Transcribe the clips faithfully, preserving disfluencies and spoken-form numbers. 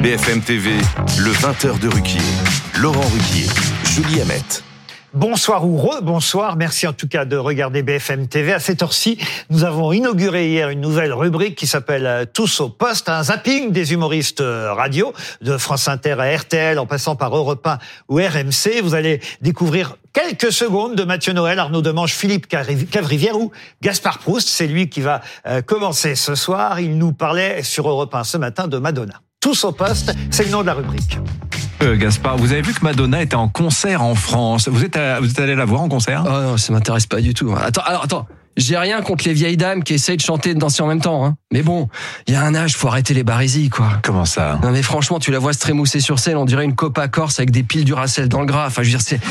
B F M T V, le vingt heures de Ruquier. Laurent Ruquier, Julie Hamet. Bonsoir ou re-bonsoir, merci en tout cas de regarder B F M T V. À cette heure-ci, nous avons inauguré hier une nouvelle rubrique qui s'appelle « Tous au poste », un zapping des humoristes radio, de France Inter à R T L, en passant par Europe un ou R M C. Vous allez découvrir quelques secondes de Mathieu Noël, Arnaud Demange, Philippe Cavrivière ou Gaspard Proust. C'est lui qui va euh, commencer ce soir. Il nous parlait sur Europe un ce matin de Madonna. Tous au poste, c'est le nom de la rubrique. Euh, Gaspard, vous avez vu que Madonna était en concert en France. Vous êtes, à, vous êtes allé la voir en concert ? Oh non, ça m'intéresse pas du tout. Attends, alors attends. J'ai rien contre les vieilles dames qui essayent de chanter et de danser en même temps, hein. Mais bon, il y a un âge, faut arrêter les barésies, quoi. Comment ça ? Non mais franchement, tu la vois se trémousser sur scène, on dirait une copa corse avec des piles Duracell dans le gras. Enfin, je veux dire, c'est...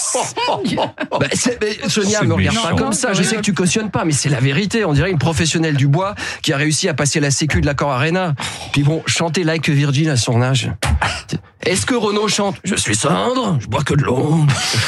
bah, c'est... Mais, Sonia, C'est me regarde méchant. pas comme ça. Je sais que tu cautionnes pas, mais c'est la vérité. On dirait une professionnelle du bois qui a réussi à passer la sécu de l'Accor Arena. Puis bon, chanter Like Virgin à son âge. Est-ce que Renaud chante « Je suis cendre, je bois que de l'eau ».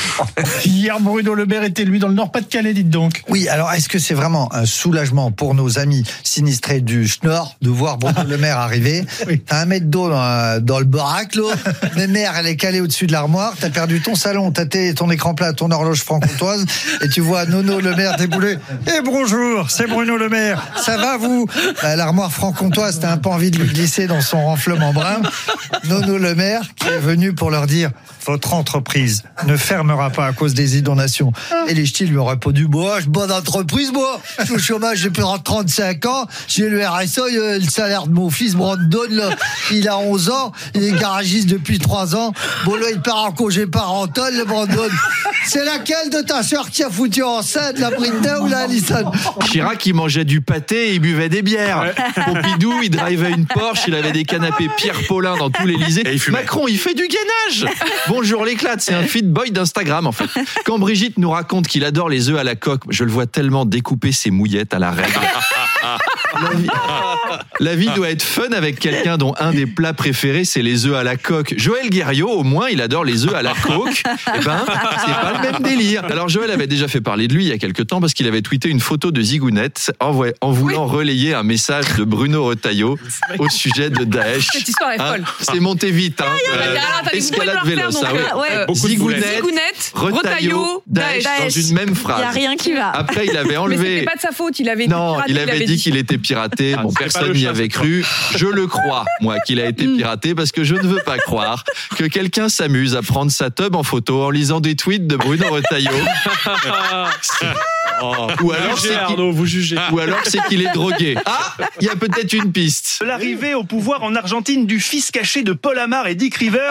Hier, Bruno Le Maire était, lui, dans le Nord-Pas-de-Calais, dites donc. Oui, alors est-ce que c'est vraiment un soulagement pour nos amis sinistrés du Schnorr de voir Bruno Le Maire arriver ? Oui. T'as un mètre d'eau dans, dans le baraque, là. Ma mère, elle est calée au-dessus de l'armoire. T'as perdu ton salon, t'as tes- ton écran plat, ton horloge franc-comtoise, et tu vois Nono Le Maire débouler. Eh bonjour, c'est Bruno Le Maire. Ça va, vous ? Bah, l'armoire franc-comtoise, t'as un peu envie de lui glisser dans son renflement brun. Nono Le Maire qui est venu pour leur dire « Votre entreprise ne fermera pas à cause des inondations. » Et les ch'tis lui ont répondu « Moi, je bonne entreprise, moi. Je suis au chômage depuis trente-cinq ans. J'ai le R S A, euh, le salaire de mon fils Brandon, là, il a onze ans. Il est garagiste depuis trois ans. Bon, là, il part en congé parental, le Brandon. C'est laquelle de ta sœur qui a foutu enceinte, la Britney ou la Alison ? » Chirac, il mangeait du pâté et il buvait des bières. Pompidou, il drivait une Porsche, il avait des canapés Pierre Paulin dans tout l'Élysée. Et il fumait. Macron, il fait du gainage. Bonjour l'éclate, c'est un feed boy d'Instagram en fait. Quand Brigitte nous raconte qu'il adore les œufs à la coque, je le vois tellement découper ses mouillettes à la règle. La vie, la vie doit être fun avec quelqu'un dont un des plats préférés c'est les œufs à la coque. Joël Guerriot, au moins, il adore les œufs à la coque. Eh ben, c'est pas le même délire. Alors Joël avait déjà fait parler de lui il y a quelques temps parce qu'il avait tweeté une photo de Zigounette en, vou- en voulant relayer un message de Bruno Retailleau au sujet de Daesh. Cette histoire est Hein, folle. c'est monté vite. Hein. Ah, Euh, alors, attendez, vous pouvez escalade me le vélo, refaire, ça, donc, oui. euh, ouais. Beaucoup de Zigounette, Zigounette, Retailleau, Retailleau, Daesh, Daesh. dans une même phrase. Il n'y a rien qui va. Après, il avait Mais enlevé. c'était pas de sa faute, il avait été Non, piraté, il avait dit qu'il était piraté. Ah, Bon, c'est pas personne le n'y chat, avait c'est cru. Je le crois, moi, qu'il a été piraté parce que je ne veux pas croire que quelqu'un s'amuse à prendre sa teub en photo en lisant des tweets de Bruno Retailleau. Ou alors c'est qu'il... vous jugez. Ou alors c'est qu'il est drogué. Ah, il y a peut-être une piste. L'arrivée au pouvoir en Argentine du fils caché de Paul Amar et Dick Rivers,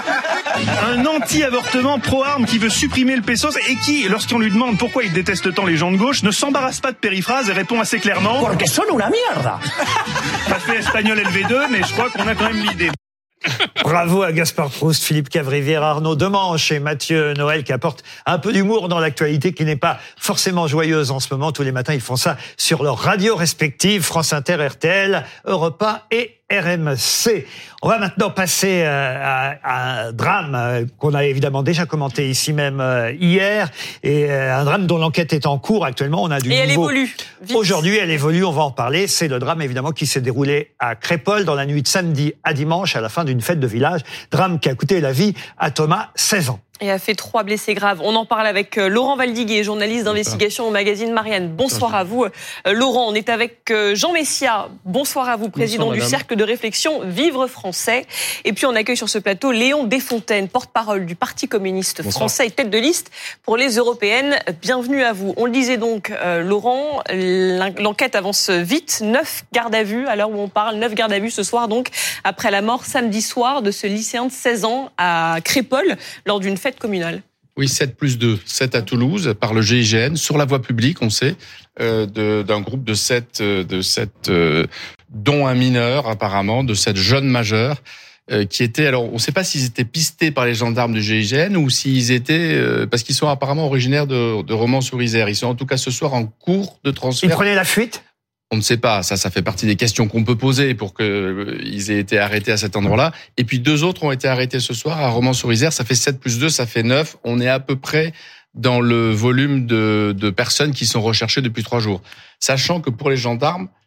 un anti-avortement pro-arme qui veut supprimer le pesos et qui, lorsqu'on lui demande pourquoi il déteste tant les gens de gauche, ne s'embarrasse pas de périphrases et répond assez clairement « Porque son una mierda ». Pas fait espagnol L V deux, mais je crois qu'on a quand même l'idée. Bravo à Gaspard Proust, Philippe Cavrivière, Arnaud Demange et Mathieu Noël qui apportent un peu d'humour dans l'actualité qui n'est pas forcément joyeuse en ce moment. Tous les matins, ils font ça sur leurs radios respectives, France Inter, R T L, Europe un et R M C. On va maintenant passer euh, à, à un drame euh, qu'on a évidemment déjà commenté ici même euh, hier, et euh, un drame dont l'enquête est en cours actuellement. On a du Et elle nouveau. évolue. Vite. Aujourd'hui, elle évolue, on va en parler. C'est le drame évidemment qui s'est déroulé à Crépol dans la nuit de samedi à dimanche à la fin d'une fête de village. Drame qui a coûté la vie à Thomas, seize ans. Et a fait trois blessés graves. On en parle avec euh, Laurent Valdiguier, journaliste d'investigation au magazine Marianne. Bonsoir à vous. Euh, Laurent, on est avec euh, Jean Messia. Bonsoir à vous, président Bonsoir, du madame. Cercle de réflexion Vivre Français. Et puis on accueille sur ce plateau Léon Desfontaines, porte-parole du Parti communiste Bonsoir. français et tête de liste pour les européennes. Bienvenue à vous. On le disait donc, euh, Laurent, l'en- l'enquête avance vite. Neuf gardes à vue à l'heure où on parle. Neuf gardes à vue ce soir donc, après la mort samedi soir de ce lycéen de seize ans à Crépol lors d'une fête communale. Oui, sept plus deux. sept à Toulouse, par le G I G N, sur la voie publique, on sait, euh, de, d'un groupe de sept, euh, de sept euh, dont un mineur, apparemment, de sept jeunes majeurs, euh, qui étaient... Alors, on ne sait pas s'ils étaient pistés par les gendarmes du G I G N ou s'ils étaient... Euh, parce qu'ils sont apparemment originaires de, de Romans-sur-Isère. Ils sont en tout cas ce soir en cours de Il transfert. prenait la fuite ? On ne sait pas, ça, ça fait partie des questions qu'on peut poser pour qu'ils aient été arrêtés à cet endroit-là. Et puis deux autres ont été arrêtés ce soir à Romans-sur-Isère. Ça fait sept plus deux, ça fait neuf. On est à peu près dans le volume de, de personnes qui sont recherchées depuis trois jours. Sachant que pour les gendarmes,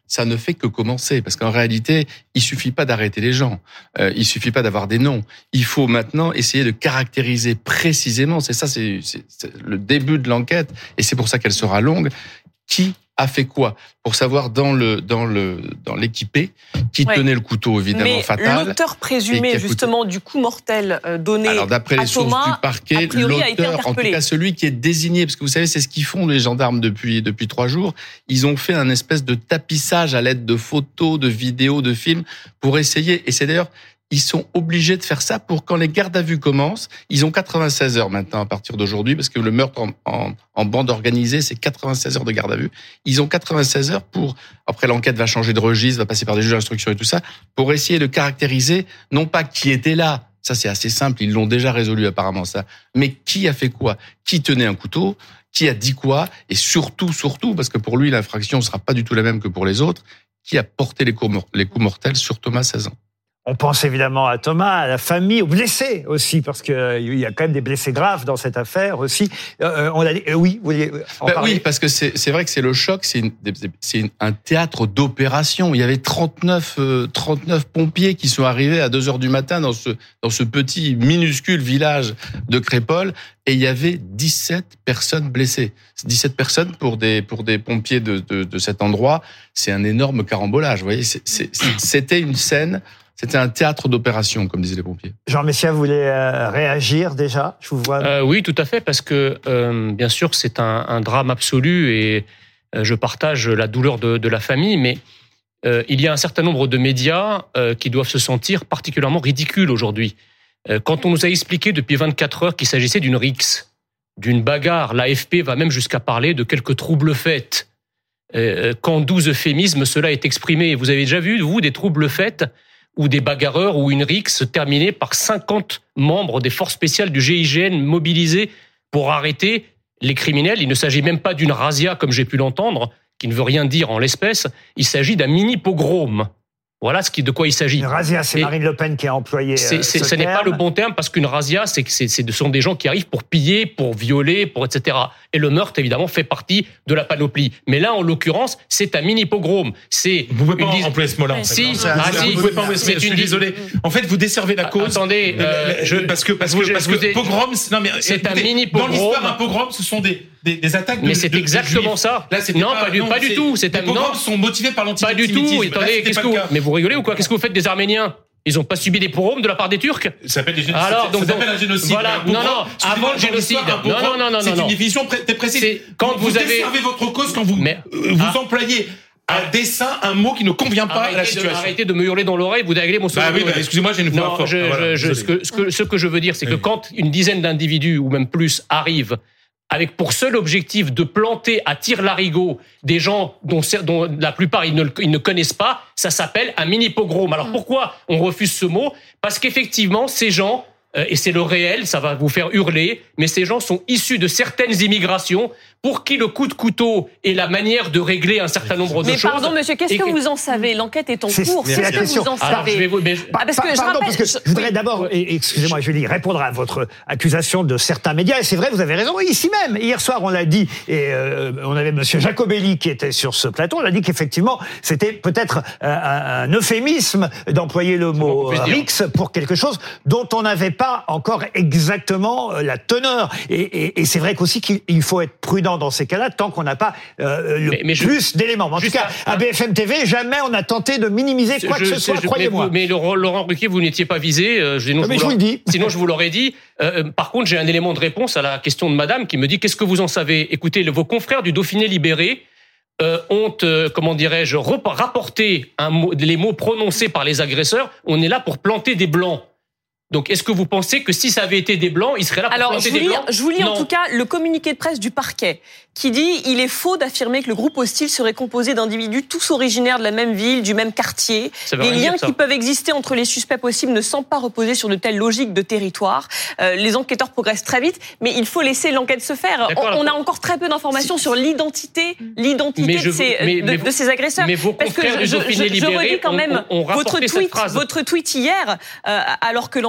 ça ne fait que commencer. Parce qu'en réalité, il suffit pas d'arrêter les gens. Euh, il suffit pas d'avoir des noms. Il faut maintenant essayer de caractériser précisément. C'est ça, c'est, c'est, c'est le début de l'enquête. Et c'est pour ça qu'elle sera longue. Qui a fait quoi? Pour savoir dans le dans le dans l'équipé qui ouais. tenait le couteau évidemment Mais fatal. L'auteur présumé justement coûté... du coup mortel donné Alors d'après à les sources Thomas, du parquet, l'auteur, en tout cas celui qui est désigné, parce que vous savez c'est ce qu'ils font les gendarmes depuis depuis trois jours. Ils ont fait un espèce de tapissage à l'aide de photos, de vidéos, de films pour essayer. Et c'est d'ailleurs ils sont obligés de faire ça pour quand les gardes à vue commencent. Ils ont quatre-vingt-seize heures maintenant à partir d'aujourd'hui, parce que le meurtre en, en, en bande organisée, c'est quatre-vingt-seize heures de garde à vue. Ils ont quatre-vingt-seize heures pour, après l'enquête va changer de registre, va passer par des juges d'instruction et tout ça, pour essayer de caractériser, non pas qui était là, ça c'est assez simple, ils l'ont déjà résolu apparemment ça, mais qui a fait quoi? Qui tenait un couteau? Qui a dit quoi? Et surtout, surtout, parce que pour lui l'infraction ne sera pas du tout la même que pour les autres, qui a porté les coups, les coups mortels sur Thomas, seize ans? On pense évidemment à Thomas, à la famille, aux blessés aussi, parce qu'il euh, y a quand même des blessés graves dans cette affaire aussi. Euh, on a dit, euh, oui, vous vouliez en ben parler? Oui, parce que c'est, c'est vrai que c'est le choc, c'est, une, c'est une, un théâtre d'opération. Il y avait trente-neuf, euh, trente-neuf pompiers qui sont arrivés à deux heures du matin dans ce, dans ce petit minuscule village de Crépol, et il y avait dix-sept personnes blessées. dix-sept personnes pour des, pour des pompiers de, de, de cet endroit, c'est un énorme carambolage. Vous voyez, c'est, c'est, c'était une scène. C'était un théâtre d'opération, comme disaient les pompiers. Jean Messia voulait euh, réagir déjà, je vous vois. Euh, oui, tout à fait, parce que euh, bien sûr c'est un, un drame absolu et euh, je partage la douleur de, de la famille, mais euh, il y a un certain nombre de médias euh, qui doivent se sentir particulièrement ridicules aujourd'hui. Euh, quand on nous a expliqué depuis vingt-quatre heures qu'il s'agissait d'une rixe, d'une bagarre, l'A F P va même jusqu'à parler de quelques troubles faits. Euh, quand douze euphémismes cela est exprimé. Vous avez déjà vu, vous, des troubles faits ou des bagarreurs ou une rixe terminée par cinquante membres des forces spéciales du G I G N mobilisés pour arrêter les criminels. Il ne s'agit même pas d'une razzia, comme j'ai pu l'entendre, qui ne veut rien dire en l'espèce. Il s'agit d'un mini-pogrom. Voilà ce qui, de quoi il s'agit. Une razzia, c'est et Marine Le Pen qui a employé c'est, euh, c'est, ce Ce n'est pas le bon terme, parce qu'une razzia, c'est, c'est, c'est, ce sont des gens qui arrivent pour piller, pour violer, pour et cetera. Et le meurtre, évidemment, fait partie de la panoplie. Mais là, en l'occurrence, c'est un mini-pogrom. C'est vous pouvez pas dis... employer ce mot-là. En fait, si, ah, ah, si, vous pouvez pas employer ce mot. Je suis désolé. En fait, vous desservez la cause. Attendez, euh, je, parce que parce que parce que pogrom, non mais c'est écoutez, un mini-pogrom. Dans l'histoire, un pogrom, ce sont des Des, des attaques de mais c'est de, exactement de ça. Là, non, pas, du, non, pas du tout. C'est les pogroms sont motivés par l'antisémitisme. Pas du tout. Attendez, qu'est-ce que vous... Mais vous rigolez ou quoi? Qu'est-ce que vous faites des Arméniens? Ils n'ont pas subi des pogroms de la part des Turcs? Ça s'appelle des génocides. Alors, donc, ça s'appelle un génocide. Voilà. Non, non. Avant le génocide. Non, non, non, non, c'est non. une définition très précise. C'est quand vous, vous avez desservez votre cause quand vous mais, vous ah. employez à dessein un mot qui ne convient pas arrêtez à la situation. De, arrêtez de me hurler dans l'oreille, vous déréglez mon son. Bah oui, bah, excusez-moi, j'ai une voix non, forte. je, ah, voilà, je, je, ce, que, ce, que, ce que je veux dire, c'est oui. que quand une dizaine d'individus, ou même plus, arrivent avec pour seul objectif de planter à tir-larigot des gens dont, dont la plupart ils ne, ils ne connaissent pas, ça s'appelle un mini-pogrom. Alors pourquoi on refuse ce mot? Parce qu'effectivement, ces gens, euh, et c'est le réel, ça va vous faire hurler, mais ces gens sont issus de certaines immigrations pour qui le coup de couteau est la manière de régler un certain nombre de mais choses. Mais pardon, monsieur, qu'est-ce que, que vous en savez? L'enquête est en c'est, cours. C'est qu'est-ce la que question. vous en Alors, savez je vais vous, mais, bah, parce que pardon, je, rappelle, parce que je voudrais d'abord, et, excusez-moi, je vais répondre à votre accusation de certains médias. Et c'est vrai, vous avez raison. Ici même, hier soir, on l'a dit, et euh, on avait monsieur Jacobelli qui était sur ce plateau. On a dit qu'effectivement, c'était peut-être un, un euphémisme d'employer le mot rixe pour quelque chose dont on n'avait pas encore exactement la teneur. Et, et, et c'est vrai qu'aussi qu'il faut être prudent dans ces cas-là, tant qu'on n'a pas euh, le mais, mais plus je, d'éléments. En tout cas, à, à B F M T V, jamais on n'a tenté de minimiser quoi je, que ce soit, je, croyez-moi. Mais, vous, mais Laurent Ruquier, vous n'étiez pas visé. Euh, sinon, mais je, je vous le dis. Sinon, je vous l'aurais dit. Euh, par contre, j'ai un élément de réponse à la question de madame qui me dit « Qu'est-ce que vous en savez ?» Écoutez, le, vos confrères du Dauphiné libéré euh, ont, euh, comment dirais-je, rapporté un mot, les mots prononcés par les agresseurs. On est là pour planter des blancs. Donc, est-ce que vous pensez que si ça avait été des blancs, ils seraient là pour Alors, planter je vous des lis, blancs? Je vous lis non. en tout cas le communiqué de presse du parquet qui dit « Il est faux d'affirmer que le groupe hostile serait composé d'individus tous originaires de la même ville, du même quartier. Les liens dire, qui peuvent exister entre les suspects possibles ne semblent pas reposer sur de telles logiques de territoire. Euh, les enquêteurs progressent très vite, mais il faut laisser l'enquête se faire. On, on a encore très peu d'informations si, sur l'identité, l'identité de, ces, mais, de, mais de ces agresseurs. Mais vos Parce que je, du je, je, libéré, je redis quand même on, on votre, tweet, votre tweet hier, euh, alors que l'enquête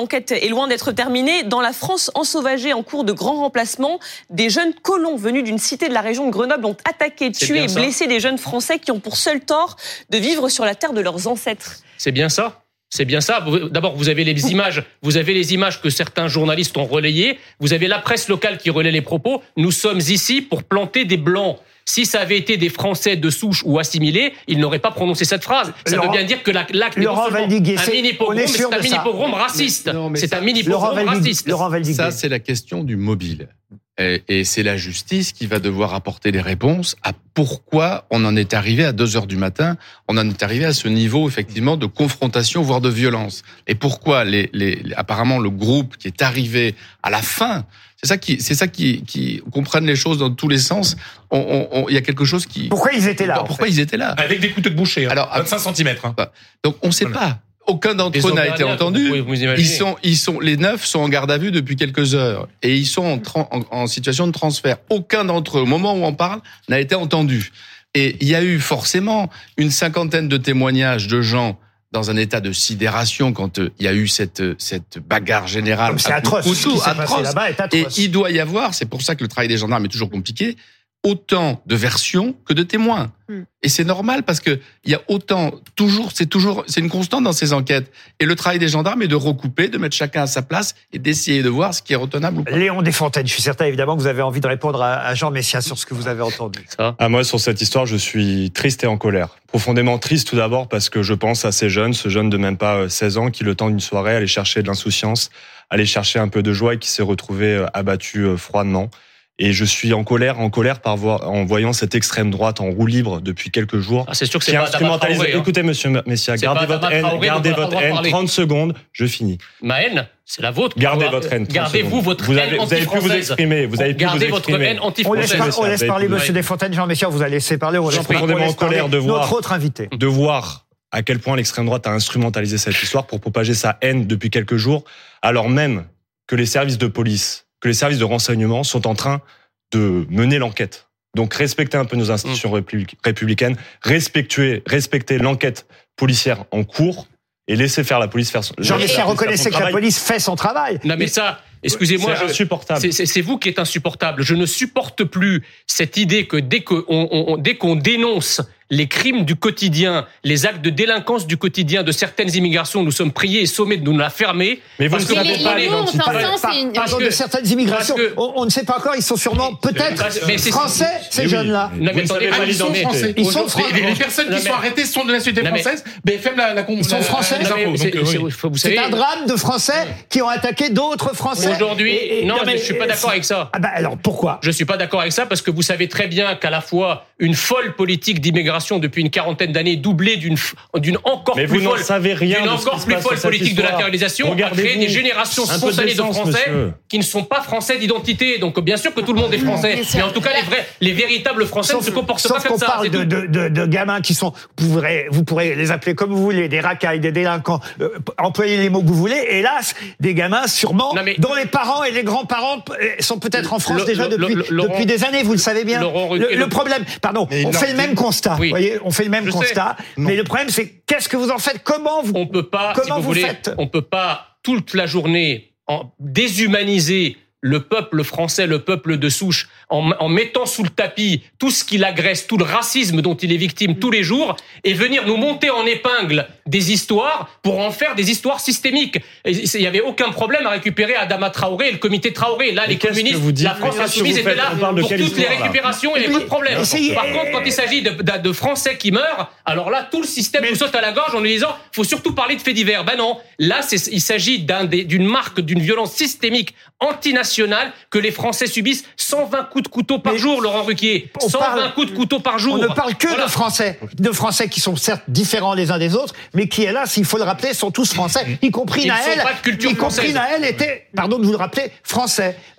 l'enquête est loin d'être terminée. Dans la France ensauvagée en cours de grand remplacement, des jeunes colons venus d'une cité de la région de Grenoble ont attaqué, tué et blessé des jeunes Français qui ont pour seul tort de vivre sur la terre de leurs ancêtres. C'est bien ça. C'est bien ça. D'abord, vous avez les images, vous avez les images que certains journalistes ont relayées. Vous avez la presse locale qui relaie les propos. Nous sommes ici pour planter des blancs. Si ça avait été des Français de souche ou assimilés, ils n'auraient pas prononcé cette phrase. Ça Laurent, veut bien dire que l'acte est non seulement un mini-pogrom, mais c'est un mini-pogrom raciste. Non, c'est ça, un mini-pogrom raciste. Ça, c'est la question du mobile. Et, et c'est la justice qui va devoir apporter les réponses à pourquoi on en est arrivé à deux heures du matin, on en est arrivé à ce niveau, effectivement, de confrontation, voire de violence. Et pourquoi les, les, apparemment, le groupe qui est arrivé à la fin, c'est ça qui, c'est ça qui, qui comprennent les choses dans tous les sens. On, on, on, il y a quelque chose qui. Pourquoi ils étaient là? Pourquoi ils étaient là? Avec des couteaux de boucher. Hein. Alors, vingt-cinq centimètres. Hein. Donc, on ne sait voilà. pas. Aucun d'entre eux n'a été entendu. Vous vous ils sont, ils sont, les neuf sont en garde à vue depuis quelques heures et ils sont en, tra- en, en situation de transfert. Aucun d'entre eux, au moment où on parle, n'a été entendu. Et il y a eu forcément une cinquantaine de témoignages de gens dans un état de sidération quand euh, il y a eu cette cette bagarre générale. C'est atroce. Couteau, ce qui s'est atroce. passé là-bas est atroce. Et il doit y avoir, c'est pour ça que le travail des gendarmes est toujours compliqué, autant de versions que de témoins. Mm. Et c'est normal parce que il y a autant, toujours, c'est toujours, c'est une constante dans ces enquêtes. Et le travail des gendarmes est de recouper, de mettre chacun à sa place et d'essayer de voir ce qui est retenable ou pas. Léon Desfontaines, je suis certain évidemment que vous avez envie de répondre à, à Jean Messia sur ce que vous avez entendu. Ça. Ah, moi, sur cette histoire, je suis triste et en colère. Profondément triste tout d'abord parce que je pense à ces jeunes, ce jeune de même pas seize ans qui, le temps d'une soirée, allait chercher de l'insouciance, allait chercher un peu de joie et qui s'est retrouvé abattu froidement. Et je suis en colère, en colère par voir, en voyant cette extrême droite en roue libre depuis quelques jours. Ah, c'est sûr que c'est qui pas instrumentalise. Traoré, hein. Écoutez, monsieur Messia, gardez votre haine, Traoré, gardez votre haine. trente secondes, je finis. Ma haine, c'est la vôtre. Gardez votre haine. Gardez-vous votre vous avez, haine vous avez pu vous exprimer. Vous avez pu Gardez vous exprimer. votre haine anti-française. On laisse, par, on laisse parler monsieur Desfontaines, Jean Messia, vous allez laisser parler. On je suis laisse profondément en colère de voir, notre autre invité. de voir à quel point l'extrême droite a instrumentalisé cette histoire pour propager sa haine depuis quelques jours, alors même que les services de police, que les services de renseignement sont en train de mener l'enquête. Donc respectez un peu nos institutions mmh. républicaines, respectez, respectez l'enquête policière en cours et laissez faire la police faire son travail. Jean Messia, reconnaissez que la police fait son travail. Non mais ça, excusez-moi, c'est insupportable. C'est, c'est, c'est vous qui êtes insupportable. Je ne supporte plus cette idée que dès qu'on on, on, dès qu'on dénonce les crimes du quotidien, les actes de délinquance du quotidien de certaines immigrations, nous sommes priés et sommés de nous la fermer. Mais vous ne savez pas l'identité. Pardon, de certaines immigrations, que, on, on ne sait pas encore, ils sont sûrement peut-être mais français, ces oui. jeunes-là. Non, mais attendez, ah, ils sont français. Ils sont français. Les, les personnes qui sont arrêtées sont de nationalité française. B F M la, la Ils sont français. C'est un drame de Français qui ont attaqué d'autres Français. Aujourd'hui, non, je ne suis pas d'accord avec ça. Ah ben alors pourquoi ? Je ne suis pas d'accord avec ça parce que vous savez très bien qu'à la fois une folle politique d'immigration depuis une quarantaine d'années, doublée d'une, d'une encore mais plus vous folle, n'en savez rien d'une encore plus folle politique de l'internalisation, a créé des générations spontanées de, de Français monsieur. qui ne sont pas Français d'identité. Donc bien sûr que tout le monde est Français, mais en tout cas les vrais, les véritables Français sauf, ne se comportent sauf pas comme qu'on ça. Parle de, de, de, de gamins qui sont, vous pourrez, vous pourrez les appeler comme vous voulez, des racailles, des délinquants, euh, employez les mots que vous voulez. Hélas, des gamins sûrement non, mais, dont les parents et les grands-parents sont peut-être en France le, déjà le, depuis, le, Laurent, depuis des années. Vous le savez bien. Laurent, le, le problème, pardon, on fait le même constat. Oui. Vous voyez, on fait le même Je constat. Mais le problème, c'est qu'est-ce que vous en faites ? Comment vous On peut pas. Comment si vous, vous voulez, faites On peut pas toute la journée en déshumaniser le peuple français, le peuple de souche, en, en mettant sous le tapis tout ce qui l'agresse, tout le racisme dont il est victime tous les jours, et venir nous monter en épingle des histoires pour en faire des histoires systémiques. Il n'y avait aucun problème à récupérer Adama Traoré et le comité Traoré. Là, mais les communistes, la France insoumise était là pour toutes histoire, les récupérations, là. Il n'y avait pas de problème. Par contre, quand il s'agit de, de, de Français qui meurent, alors là, tout le système mais... nous saute à la gorge en lui disant « faut surtout parler de faits divers ». Ben non, là, c'est, il s'agit d'un des, d'une marque d'une violence systémique antinationale que les Français subissent. Cent vingt coups de couteau par mais jour, Laurent Ruquier. cent vingt parle, coups de couteau par jour. On ne parle que voilà. de Français. De Français qui sont certes différents les uns des autres, mais qui, hélas, il faut le rappeler, sont tous Français. Y compris Naël. Y compris Naël était, pardon de vous le rappeler, français.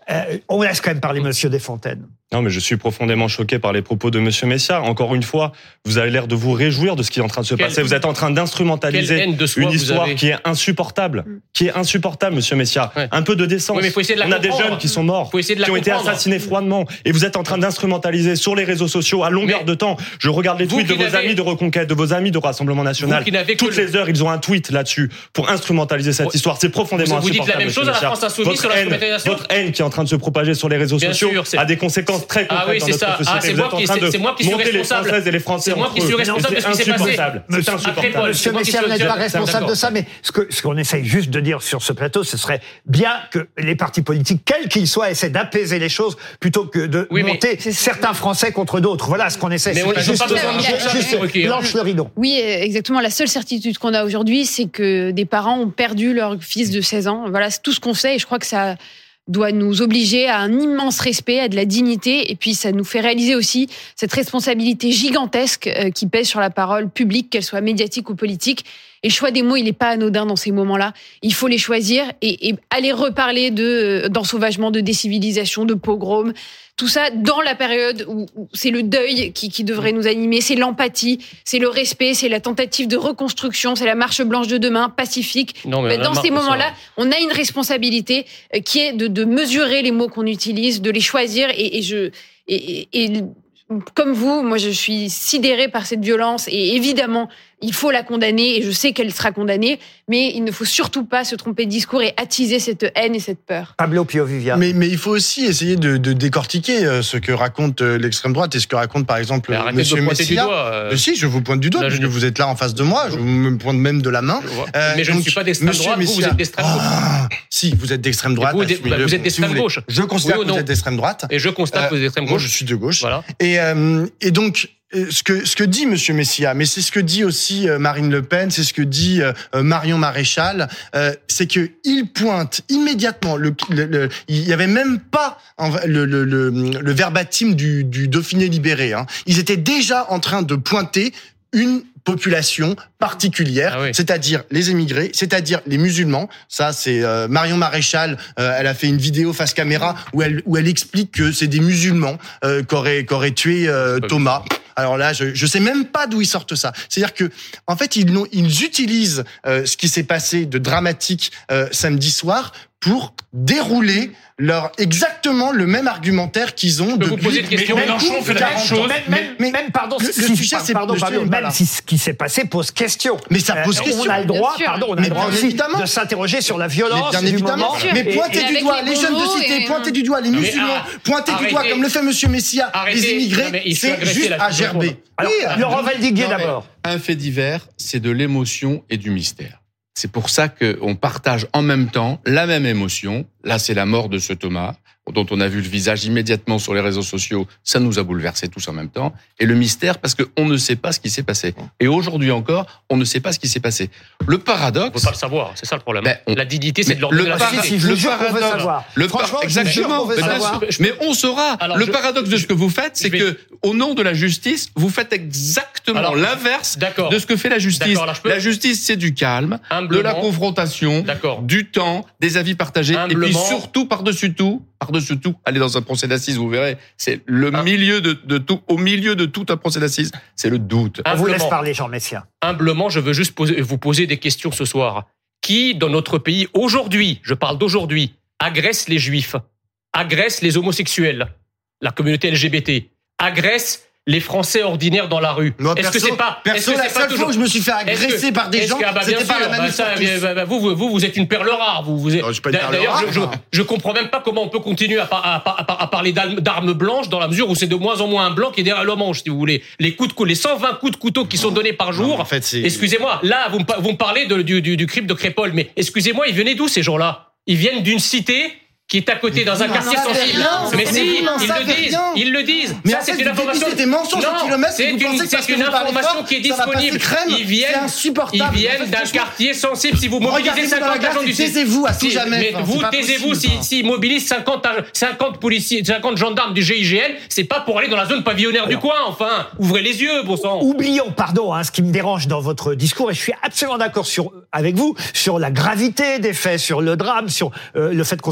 Euh, on laisse quand même parler Monsieur Desfontaines. Non, mais je suis profondément choqué par les propos de Monsieur Messia. Encore une fois, vous avez l'air de vous réjouir de ce qui est en train de se Quelle, passer. Vous êtes en train d'instrumentaliser une histoire qui est insupportable, qui est insupportable, Monsieur Messia. Ouais. Un peu de décence. Oui, mais faut essayer de la On a comprendre. des jeunes qui sont morts, faut essayer de la qui ont comprendre. été assassinés froidement, et vous êtes en train d'instrumentaliser sur les réseaux sociaux à longueur mais de temps. Je regarde les tweets de vos amis de Reconquête, de vos amis de Rassemblement National. Toutes les heures, ils ont un tweet là-dessus pour instrumentaliser cette histoire. C'est profondément vous insupportable. Vous dites la même chose à la France Insoumise sur l'instrumentalisation. Votre haine qui est en train de se propager sur les réseaux Bien sociaux sûr, a des conséquences très concrètes. Ah oui, c'est ça. Ah, c'est moi, qui, c'est moi qui suis responsable. Les et les Français c'est moi qui suis responsable de ce qui s'est passé. C'est insupportable. Monsieur Messia, vous n'êtes pas responsable de ça, mais ce que ce qu'on essaye juste de dire sur ce plateau, ce serait bien que les partis politiques, quels qu'ils soient, essaient d'apaiser les choses plutôt que de oui, monter certains Français contre d'autres. Voilà ce qu'on essaie. Mais on n'a juste, pas besoin de juste, juste Blanche le rideau. Oui, exactement. La seule certitude qu'on a aujourd'hui, c'est que des parents ont perdu leur fils de seize ans. Voilà, c'est tout ce qu'on sait, et je crois que ça doit nous obliger à un immense respect, à de la dignité, et puis ça nous fait réaliser aussi cette responsabilité gigantesque qui pèse sur la parole publique, qu'elle soit médiatique ou politique. Et le choix des mots, il n'est pas anodin dans ces moments-là. Il faut les choisir et, et aller reparler de d'ensauvagement, de décivilisation, de pogrom. Tout ça dans la période où, où c'est le deuil qui, qui devrait nous animer, c'est l'empathie, c'est le respect, c'est la tentative de reconstruction, c'est la marche blanche de demain, pacifique. Non, mais dans ces moments-là, on a une responsabilité qui est de, de mesurer les mots qu'on utilise, de les choisir. Et, et je et, et, et comme vous, moi je suis sidérée par cette violence et évidemment il faut la condamner et je sais qu'elle sera condamnée, mais il ne faut surtout pas se tromper de discours et attiser cette haine et cette peur. Pablo Pio-Vivia. Mais, mais il faut aussi essayer de, de décortiquer ce que raconte l'extrême droite et ce que raconte par exemple M. Messia. Euh... Si, je vous pointe du doigt, là, puisque je... vous êtes là en face de moi, je me pointe même de la main. Euh, mais je donc, ne suis pas d'extrême droite, Messia... vous, vous êtes d'extrême gauche. Ah, si, vous êtes d'extrême droite. Vous, bah, vous êtes d'extrême si gauche. Je constate oui que vous êtes d'extrême droite. Et je constate euh, que vous êtes d'extrême gauche. Moi, je suis de gauche. Voilà. Et, euh, et donc, ce que ce que dit Monsieur Messia, mais c'est ce que dit aussi Marine Le Pen, c'est ce que dit euh, Marion Maréchal, euh, c'est que il pointe immédiatement. Le, le, le, il y avait même pas le, le, le, le verbatim du, du Dauphiné libéré. Hein. Ils étaient déjà en train de pointer une population particulière, ah oui. c'est-à-dire les émigrés, c'est-à-dire les musulmans. Ça, c'est euh, Marion Maréchal. Euh, elle a fait une vidéo face caméra où elle où elle explique que c'est des musulmans euh, qu'auraient qu'auraient tué euh, Thomas. Alors là, je je sais même pas d'où ils sortent ça. C'est-à-dire que en fait, ils ils utilisent euh, ce qui s'est passé de dramatique euh, samedi soir pour dérouler leur exactement le même argumentaire qu'ils ont depuis. Vous posez une question. Mélenchon fait la même chose. Même, même, mais, même pardon, le, si, le sujet, c'est pardon, pardon, même voilà. si ce qui s'est passé pose question. Mais ça pose euh, question. On a le droit, pardon, on a mais le droit aussi évidemment. de s'interroger sur la violence mais bien du évidemment. moment. Mais pointez du doigt les, les jeunes de cité, pointez du doigt les musulmans, pointez du doigt comme le fait Monsieur Messia, les immigrés, c'est juste à gerber. Alors, oui, Laurent Valdiguier d'abord. Un fait divers, c'est de l'émotion et du mystère. C'est pour ça qu'on partage en même temps la même émotion. Là, c'est la mort de ce Thomas, dont on a vu le visage immédiatement sur les réseaux sociaux. Ça nous a bouleversés tous en même temps. Et le mystère, parce qu'on ne sait pas ce qui s'est passé. Et aujourd'hui encore, on ne sait pas ce qui s'est passé. Le paradoxe... On ne peut pas le savoir, c'est ça le problème. Ben, on... La dignité, c'est de l'ordre de la para... si, si, Le paradoxe... Le par... Exactement. Mais, mais on saura. Alors, le je... paradoxe de ce que vous faites, c'est vais... que, au nom de la justice, vous faites exactement Alors, l'inverse de ce que fait la justice. Peux... La justice, c'est du calme, Humblement. de la confrontation, du temps, des avis partagés, Humblement. et puis surtout, par-dessus tout, par-dessus tout, aller dans un procès d'assises, vous verrez, c'est le ah. milieu de, de tout, au milieu de tout un procès d'assises, c'est le doute. On vous laisse parler, Jean Messia. Humblement, je veux juste poser, vous poser des questions ce soir. Qui, dans notre pays, aujourd'hui, je parle d'aujourd'hui, agresse les juifs, agresse les homosexuels, la communauté L G B T, agresse les Français ordinaires dans la rue. Moi, est-ce perso, que c'est pas perso, est-ce que la c'est seule pas toujours... fois où je me suis fait agresser que, par des gens, que, ah bah, c'était pas sûr, la même bah, ça, bah, bah, vous, vous, vous êtes une perle rare. Vous, vous êtes... non, je suis pas une perle D'ailleurs, rare, je, je, je comprends même pas comment on peut continuer à, à, à, à parler d'armes blanches dans la mesure où c'est de moins en moins un blanc qui est derrière le manche, si vous voulez. Les coups de couteau, les cent vingt coups de couteau qui sont donnés par jour. Non, en fait, c'est... Excusez-moi, là, vous me, vous me parlez de, du, du, du crime de Crépol, mais excusez-moi, ils venaient d'où ces gens-là? Ils viennent d'une cité qui est à côté dans un quartier sensible. Mais si, ils le disent, ils le disent. Mais ça, c'est une information. Des mensonges non, kilomètres, c'est une, c'est une information qui est disponible. Ils viennent, ils viennent d'un quartier sensible. Si vous mobilisez cinquante agents du site, taisez-vous à tout jamais. Mais vous taisez-vous si, si mobilisent cinquante, cinquante policiers, cinquante gendarmes du G I G N, c'est pas pour aller dans la zone pavillonnaire du coin, enfin. Ouvrez les yeux, bon sang. Oublions, pardon, hein, ce qui me dérange dans votre discours, et je suis absolument d'accord sur, avec vous, sur la gravité des faits, sur le drame, sur euh, le fait qu'on soit tous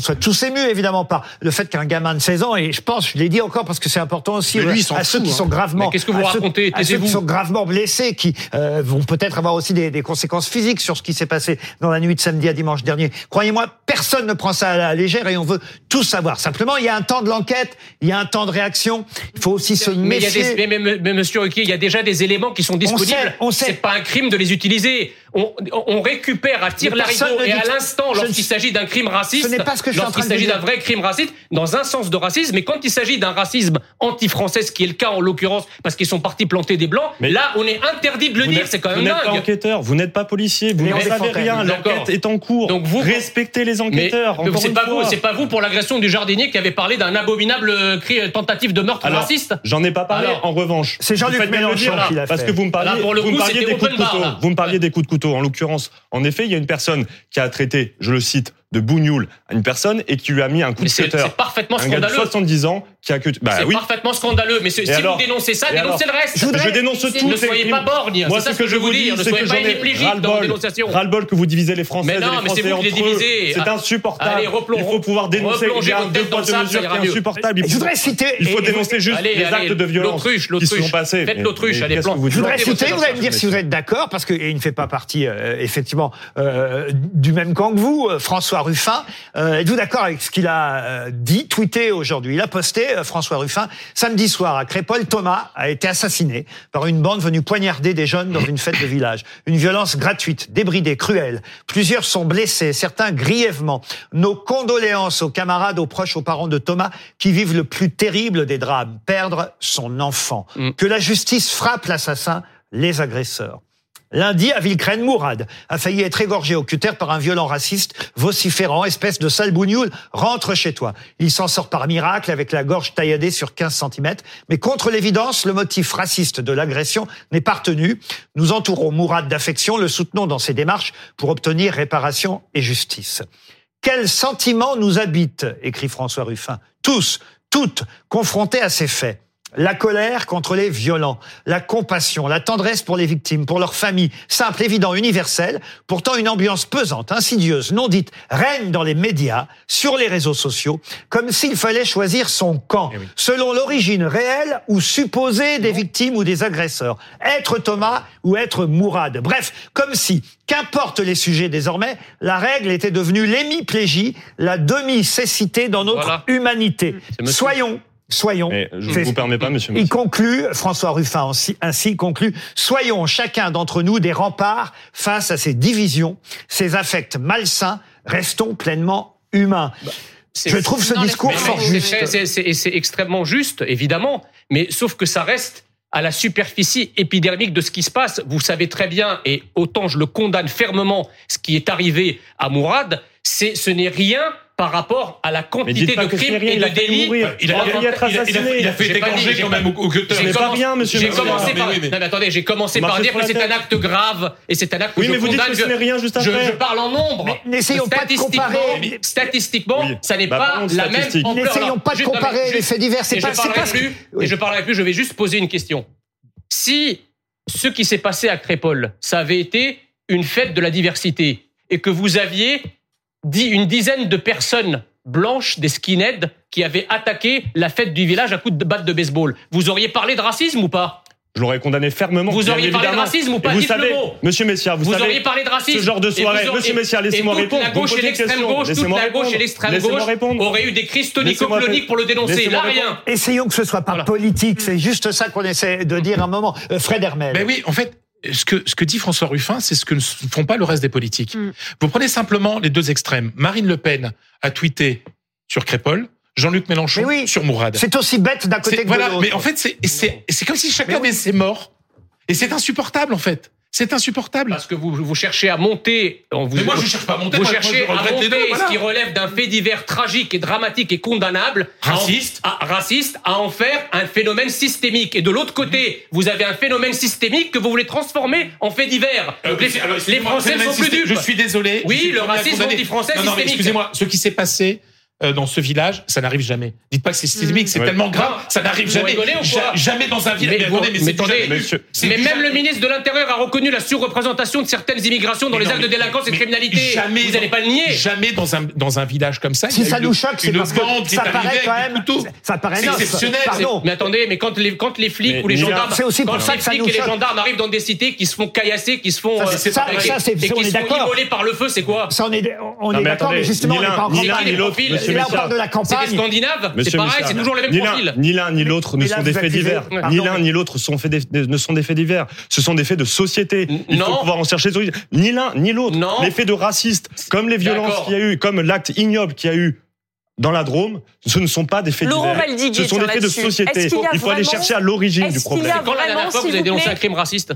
ému évidemment par le fait qu'un gamin de seize ans, et je pense, je l'ai dit encore parce que c'est important aussi, Mais lui, il à s'en ceux fout, qui hein. sont gravement, Mais qu'est-ce que vous à ceux- racontez à ceux qui Taisez-vous. sont gravement blessés, qui euh, vont peut-être avoir aussi des, des conséquences physiques sur ce qui s'est passé dans la nuit de samedi à dimanche dernier. Croyez-moi, personne ne prend ça à la légère et on veut tout savoir. Simplement, il y a un temps de l'enquête, il y a un temps de réaction. Il faut aussi se Mais, il y a méfier. des, mais, mais, mais, monsieur Ruquier, il y a déjà des éléments qui sont disponibles. sait, on sait. C'est pas un crime de les utiliser. On, on récupère à Mais tire-larigot personne ne et à dit- l'instant, Je ne- lorsqu'il s'agit d'un crime raciste, Ce n'est pas ce que je suis en lorsqu'il train de s'agit dire. d'un vrai crime raciste, dans un sens de racisme, mais quand il s'agit d'un racisme anti-français, ce qui est le cas en l'occurrence, parce qu'ils sont partis planter des blancs, Mais là, on est interdit de le Vous dire. n'êtes- C'est quand vous même n'êtes pas dingue. enquêteur, vous n'êtes pas policier, vous Léon n'en savez Desfontaines. rien. D'accord. L'enquête est en cours. Donc vous- respectez les enquêteurs. Mais encore c'est une pas fois. vous, c'est pas vous pour l'agression du jardinier qui avait parlé d'un abominable euh, cri- tentative de meurtre Alors, raciste. J'en ai pas parlé. Alors, en revanche, c'est Jean-Luc vous faites bien de le Mélenchon dire, là, qui l'a parce fait. que vous me parliez, Là, pour le vous coup, me parliez c'était des coups de open bar, couteau. là. Vous me parliez des coups de couteau. En l'occurrence, en effet, il y a une personne qui a traité, je le cite, de bougnoul à une personne et qui lui a mis un coup Mais de c'est cutter. c'est parfaitement Un gars de scandaleux. soixante-dix ans qui a que bah c'est oui. parfaitement scandaleux. Mais si Et si alors vous dénoncez ça, Et dénoncez alors le reste. Je, voudrais- je dénonce Ne tout. soyez pas borgne. Moi, C'est ça ce que je vous dis, dire. Ne c'est soyez que pas j'en ai inépligible dans vos ras-le-bol, dénonciations. ras-le-bol que vous divisez les Français Mais et non, les mais c'est Français vous qui les entre eux. divisez. C'est insupportable. Allez, replong- Il faut pouvoir dénoncer. replongez Il y a votre un tête deux dans poids le deux sable, mesures ça qui est ira mieux. insupportable. Il Je faut- voudrais citer- Il faut et- dénoncer juste Allez, les allez, actes de violence l'autruche, qui l'autruche. se sont passés. Faites Mais- l'autruche, mais allez, qu'est-ce que plan- vous Je voudrais dites citer, vous allez me dire si vous êtes d'accord, parce qu'il ne fait pas partie, euh, effectivement, euh, du même camp que vous, euh, François Ruffin. Euh, Êtes-vous d'accord avec ce qu'il a euh, dit, tweeté aujourd'hui? Il a posté, euh, François Ruffin, samedi soir à Crépol, Thomas a été assassiné par une bande venue poignarder des jeunes dans une fête de village. Une violence gratuite, débridée, cruelle. Plusieurs sont blessés, certains grièvement. Nos condoléances aux camarades, aux proches, aux parents de Thomas qui vivent le plus terrible des drames, perdre son enfant. Mm. Que la justice frappe l'assassin, les agresseurs. Lundi, à Villecrène, Mourad a failli être égorgé au cutter par un violent raciste vociférant, espèce de sale bougnoul, rentre chez toi. Il s'en sort par miracle avec la gorge tailladée sur quinze centimètres. Mais contre l'évidence, le motif raciste de l'agression n'est pas retenu. Nous entourons Mourad d'affection, le soutenons dans ses démarches pour obtenir réparation et justice. Quel sentiment nous habite, écrit François Ruffin. Tous, toutes, confrontés à ces faits. La colère contre les violents, la compassion, la tendresse pour les victimes, pour leurs familles, simple, évident, universel. Pourtant, une ambiance pesante, insidieuse, non dite, règne dans les médias, sur les réseaux sociaux, comme s'il fallait choisir son camp, selon l'origine réelle ou supposée des victimes ou des agresseurs. Être Thomas ou être Mourad. Bref, comme si, qu'importe les sujets désormais, la règle était devenue l'hémiplégie, la demi-cécité dans notre Voilà. humanité. Soyons Soyons. Mais je ne vous permets pas, monsieur. Il conclut, François Ruffin ainsi, ainsi conclut, soyons chacun d'entre nous des remparts face à ces divisions, ces affects malsains, restons pleinement humains. C'est- Je trouve ce Non, discours mais- fort mais juste. c'est- C'est c'est- c'est extrêmement juste, évidemment, mais sauf que ça reste à la superficie épidermique de ce qui se passe. Vous savez très bien, et autant je le condamne fermement, ce qui est arrivé à Mourad, c'est ce n'est rien par rapport à la Mais quantité dites pas de que c'est crimes rien, et il de a failli délits. mourir. Il a Enfin, failli être il a- il a- assassiné. il a fait J'ai pas égorger dit- quand même au, au cutter. Ce n'est pas rien, monsieur J'ai Monsieur. commencé Mais par, oui, mais- non mais attendez, j'ai commencé Vous par marchez dire sur que la c'est un tête. acte grave et c'est un acte que Oui, je mais vous dites condamne. que ce n'est rien juste je, après. je parle en nombre. Mais n'essayons pas de Statistiquement- comparer. Statistiquement, Oui. ça n'est Bah, pas parlons de la même statistiques. ampleur. N'essayons Alors, pas de juste- non, mais comparer juste- les faits divers, c'est et pas- je c'est parlerai pas ce que- plus. Oui. Et je parlerai plus. Je vais juste poser une question. Si ce qui s'est passé à Crépol, ça avait été une fête de la diversité et que vous aviez dit une dizaine de personnes blanches, des skinheads, qui avaient attaqué la fête du village à coups de batte de baseball, vous auriez parlé de racisme ou pas? Je l'aurais condamné fermement. Vous bien auriez parlé de évidemment. racisme ou pas? Et vous Dites le savez, mot. monsieur Messia, vous, Vous savez, auriez parlé de racisme. ce genre de Et soirée. vous auriez- Monsieur Messia, laissez-moi et toute répondre. la Vous me gauche et posez une l'extrême question. gauche, toute Laissez-moi la gauche et répondre. l'extrême Laissez-moi gauche répondre. auraient eu des crises Laissez-moi tonico-cloniques répondre. pour le dénoncer. Laissez-moi Là, rien. répondre. Essayons que ce soit pas politique, c'est juste ça qu'on essaie de dire à un moment. Euh, Fred Hermel. Ben oui, en fait, ce que, ce que dit François Ruffin, c'est ce que ne font pas le reste des politiques. Mm. Vous prenez simplement les deux extrêmes. Marine Le Pen a tweeté sur Crépol, Jean-Luc Mélenchon Mais oui, sur Mourad. c'est aussi bête d'un côté C'est- que voilà, de l'autre. mais en fait, c'est, c'est, c'est comme si chacun avait ses morts. Et c'est insupportable, en fait. C'est insupportable. Parce que vous, vous cherchez à monter. Vous, Mais moi, je cherche pas à monter, Vous moi, cherchez moi, je à regrette les monter deux, voilà. ce qui relève d'un fait divers tragique et dramatique et condamnable. Raciste. À, en- à- raciste, à en faire un phénomène systémique. Et de l'autre côté, vous avez un phénomène systémique que vous voulez transformer en fait divers. Euh, Donc les, alors, les excusez-moi, Français ne phénomène sont plus systé- dupes. Je suis désolé. Oui, je suis le premier à racisme condamner. anti-français Non, non, mais systémique. excusez-moi, ce qui s'est passé euh, dans ce village, ça n'arrive jamais. Dites pas que c'est systémique, c'est Ouais. tellement grave, Non. ça n'arrive Vous jamais. rigolez ou Ja- quoi jamais dans un village. Mais, Mais, vous- attendez, mais, mais c'est du attendez, jamais- monsieur, c'est mais du même jamais- le ministre de l'Intérieur a reconnu la surreprésentation de certaines immigrations dans Mais les non, actes de mais- délinquance et de mais criminalité. Jamais, Vous n'allez pas le nier. Jamais dans un, dans un village comme ça. Si il y a ça eu nous une- choque, c'est une parce que bande qui ça est paraît arrivée quand avec même- des couteaux. ça paraît C'est neuf. exceptionnel. Pardon. Mais attendez, mais quand les, quand les flics Mais ou les Nila, gendarmes, c'est aussi pour quand ça les que ça flics nous et les choque. gendarmes arrivent dans des cités qui se font caillasser, qui se font, Ça, euh, c'est- ça, et- ça, c'est- et on qui est se font d'accord. immoler par le feu, c'est quoi? Ça, on est, on Non, est mais d'accord, attendez, mais justement, ni on n'est l'un- pas en ni campagne. l'un ni l'autre, profils, monsieur Et là, on Messia. parle de la C'est campagne. des Scandinaves, c'est Monsieur pareil, Messia. c'est toujours les mêmes Ni l'un- profils. Ni l'un ni l'autre ne Mais là, sont vous des faits accusez- divers. Pardon, Ni l'un mais- ni l'autre sont faits des- ne sont des faits divers. Ce sont des faits de société. Il non. faut pouvoir en chercher les origines. Ni l'un ni l'autre. Non. Les faits de racistes, comme les violences D'accord. qu'il y a eu, comme l'acte ignoble qu'il y a eu dans la Drôme, ce ne sont pas des faits Laurent divers. Valdiguier, Ce sont des tiens, faits de là-dessus. société. Est-ce qu'il y a Il faut aller vraiment- chercher à l'origine du est-ce qu'il y problème. a C'est quand la dernière vraiment, fois que vous s'il avez vous dénoncé plaît un crime raciste?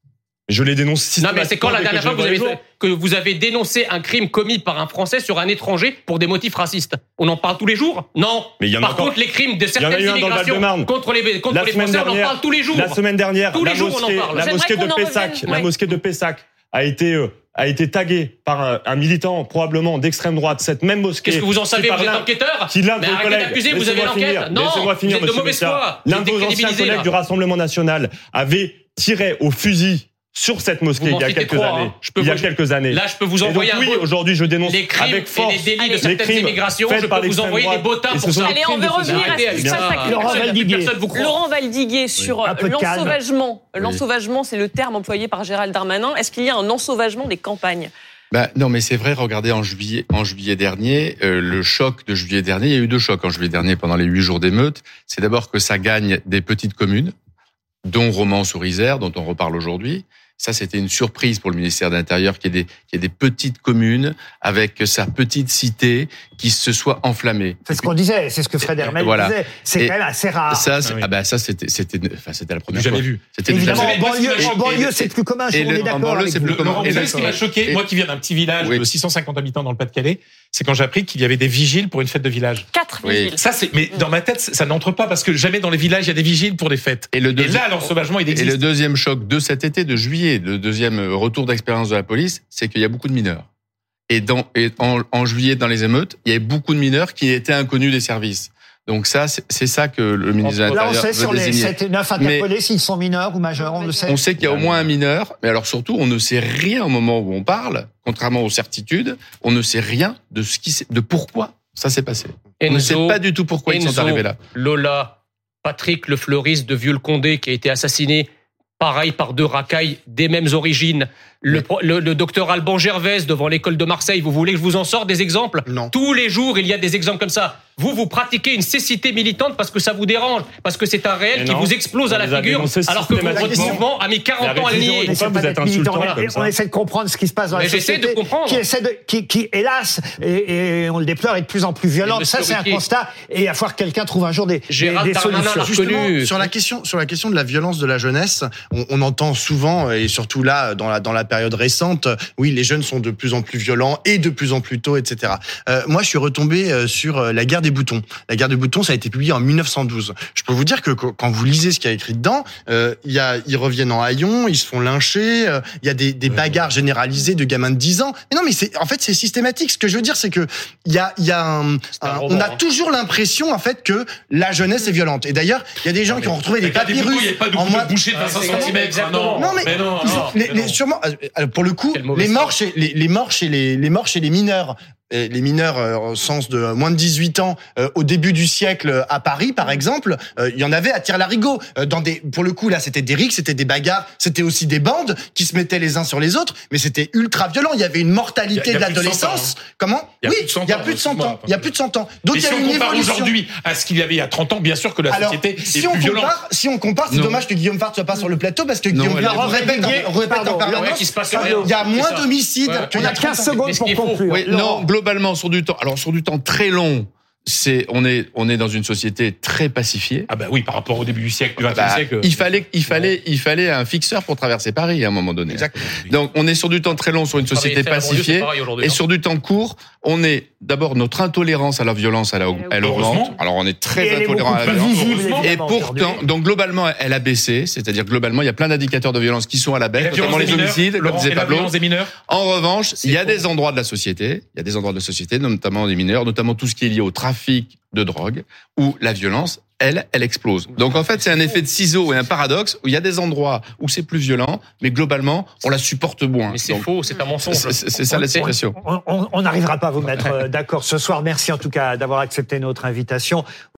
Je les dénonce Non, mais c'est quand la systématiquement dernière dès fois que vous je avez, le vois les fait- que vous avez dénoncé un crime commis par un Français sur un étranger pour des motifs racistes? On en parle tous les jours? Non. Mais il y en a Par encore- contre, les crimes de Il y en a certaines eu un dans le immigrations Val-de-Marne. contre les, contre La les semaine Français, on en dernière- parle tous les jours. La semaine dernière, Tous les la jours, on en mosquée, parle. la J'aimerais mosquée qu'on de en Pessac, revienne, la ouais. mosquée de Pessac a été euh, a été taguée par un, un militant probablement d'extrême droite. Cette même mosquée. Qu'est-ce que vous en qui savez? par Vous êtes l'un- enquêteur? Qui l'un de Mais vos arrêtez collègues. d'accuser, vous avez Laissez-moi l'enquête. finir, Non, laissez-moi vous finir, êtes de monsieur mauvaise Messia. foi. L'un Vous de êtes vos anciens décrédibilisé, collègues là. du Rassemblement national avait tiré au fusil sur cette mosquée Vous m'en il y a citez quelques trois, années. hein. Je peux il y a vous- quelques années. Là, je peux vous Et donc, envoyer un oui, beau- aujourd'hui, je dénonce les crimes avec et force les délits de les certaines crimes immigrations. faits Je par peux vous l'extrême envoyer des droite. bottins Et pour ce sont ça. des Allez, on crimes veut de revenir à société. ce qui se passe à Laurent Personne- Valdiguier. Personne vous croit. Laurent Valdiguier sur Un peu de calme. l'ensauvagement. Oui. L'ensauvagement, c'est le terme employé par Gérald Darmanin. Est-ce qu'il y a un ensauvagement des campagnes? Bah, non, mais c'est vrai, regardez, en juillet, en juillet dernier, euh, le choc de juillet dernier, il y a eu deux chocs en juillet dernier pendant les huit jours d'émeute. C'est d'abord que ça gagne des petites communes, dont Romans-sur-Isère, dont on reparle aujourd'hui. Ça, c'était une surprise pour le ministère de l'Intérieur qu'il y ait des, qu'il y ait des petites communes avec sa petite cité qui se soit enflammée. C'est ce qu'on disait, c'est ce que Fred Hermel Voilà. disait. C'est Et quand même assez rare. Ça, c'est- Ah oui. ah bah ça, c'était, c'était, enfin, c'était la première Jamais fois. vu. C'était Évidemment, jamais en vu. banlieue, Et- en banlieue, et- c'est plus commun, je et on le- est en d'accord banlieue, avec c'est vous. plus commun. Laurent, Et vous savez le- ce qui m'a choqué, et- moi qui viens d'un petit village Oui. de six cent cinquante habitants dans le Pas-de-Calais, c'est quand j'ai appris qu'il y avait des vigiles pour une fête de village. Quatre Oui. vigiles. Ça, c'est, mais dans ma tête, ça n'entre pas parce que jamais dans les villages, il y a des vigiles pour des fêtes. Et le Et deuxi- là, l'ensauvagement, il Et existe. le deuxième choc de cet été, de juillet, le deuxième retour d'expérience de la police, c'est qu'il y a beaucoup de mineurs. Et, dans, et en, en juillet, dans les émeutes, il y avait beaucoup de mineurs qui étaient inconnus des services. Donc ça, c'est, c'est ça que le ministre de Là, on l'Intérieur sait veut sur les désigner. sept et neuf interpellés s'ils sont mineurs ou majeurs, on le sait. On sait qu'il y a au moins un mineur, mais alors surtout, on ne sait rien au moment où on parle, contrairement aux certitudes, on ne sait rien de ce qui, s'est- de pourquoi ça s'est passé. On ne sait Enzo, pas du tout pourquoi ils sont Enzo, arrivés là. Lola, Patrick le fleuriste de Vieux-le-Condé qui a été assassiné, pareil, par deux racailles des mêmes origines. Le, pro- le, le docteur Alban Gervais devant l'école de Marseille, vous voulez que je vous en sorte des exemples? Non. Tous les jours, il y a des exemples comme ça. Vous, vous pratiquez une cécité militante parce que ça vous dérange, parce que c'est un réel Mais qui non, vous explose on à la les a figure, dénoncés alors que vous, votre systématiquement. mouvement a mis quarante ans à le Mais nier. On essaie Pourquoi pas vous êtes d'être militant, insultant mais comme ça on essaie de comprendre ce qui se passe dans Mais la j'essaie société, de comprendre. qui essaie de, qui, qui hélas, et, et on le déplore, est de plus en plus violente. Mais Ça, monsieur c'est un Ruquier- constat. Et il va falloir que quelqu'un trouve un jour des, des, Gérald des Darmanin solutions. l'a Justement, reconnu. sur la question, sur la question de la violence de la jeunesse, on, on entend souvent, et surtout là, dans la, dans la période récente, oui, les jeunes sont de plus en plus violents et de plus en plus tôt, et cetera. Euh, moi, je suis retombé euh, sur euh, la guerre des boutons. La guerre des boutons, ça a été publié en mille neuf cent douze. Je peux vous dire que qu- quand vous lisez ce qu'il y a écrit dedans, euh, il y a, ils reviennent en haillons, ils se font lyncher, euh, il y a des, des bagarres généralisées de gamins de dix ans. Mais non, mais c'est, en fait, c'est systématique. Ce que je veux dire, c'est que il y a, il y a un, un un- roman, on a hein. toujours l'impression, en fait, que la jeunesse est violente. Et d'ailleurs, il y a des gens qui ont retrouvé des La guerre des papyrus boutons, il n'y avait pas de en couteau mois bouché de vingt-cinq Ah, centimètres. exactement. non mais, mais non, ils ont- non, les, mais les- non. sûrement euh, pour le coup Quelle mauvaise les morts chez les, les morts chez les, les morts chez les mineurs euh, les mineurs euh, au sens de moins de dix-huit ans euh, au début du siècle euh, à Paris par exemple euh, il y en avait à tire-larigot euh, dans des pour le coup là c'était des rixes, c'était des bagarres, c'était aussi des bandes qui se mettaient les uns sur les autres, mais c'était ultra violent, il y avait une mortalité Il y a- il y a de plus de cent l'adolescence. ans, hein. Comment Il y a oui plus de cent il y a ans, plus de cent ans excuse-moi. il y a plus de cent ans donc Et il y a si on une compare évolution. aujourd'hui à ce qu'il y avait il y a trente ans, bien sûr que la Alors, société si est on plus violente. compare, si on compare, c'est Non. dommage que Guillaume Fart soit pas sur le plateau parce que Non, Guillaume elle Fart a dit- répète, Guillaume, en- répète pardon, en permanence. Ouais, qu'il se passe il rien. y a C'est moins ça. d'homicides Ouais. qu'il On y a a quinze trente ans. secondes Mais ce pour qu'il faut- conclure. Oui, Laurent. non, globalement, sur du temps. Alors, sur du temps très long, c'est on est on est dans une société très pacifiée. Ah bah oui, par rapport au début du siècle, du vingtième Bah, siècle. il fallait il fallait il fallait un fixeur pour traverser Paris à un moment donné. Exactement. Donc on est sur du temps très long sur une société Travailler, faire la banlieue, c'est pacifiée pareil aujourd'hui, et hein. sur du temps court, on est d'abord notre intolérance à la violence, elle, a, elle augmente. Heureusement. Alors on est Et très elle est intolérant à la beaucoup plus violence. visible, Et évidemment, pourtant, aujourd'hui. donc globalement, elle a baissé, c'est-à-dire globalement, il y a plein d'indicateurs de violence qui sont à la Et baisse, la violence notamment les des mineurs, homicides, comme Laurent, disait et la Pablo. violence des mineurs. En revanche, il y a faux. des endroits de la société, il y a des endroits de la société, notamment des mineurs, notamment tout ce qui est lié au trafic de drogue, où la violence, elle, elle explose. Donc en fait, c'est un effet de ciseau et un paradoxe où il y a des endroits où c'est plus violent, mais globalement, on la supporte moins. Mais c'est Donc, faux, c'est un mensonge. c'est- C'est c'est ça la situation. On- on on n'arrivera pas à vous mettre euh, d'accord ce soir. Merci en tout cas d'avoir accepté notre invitation.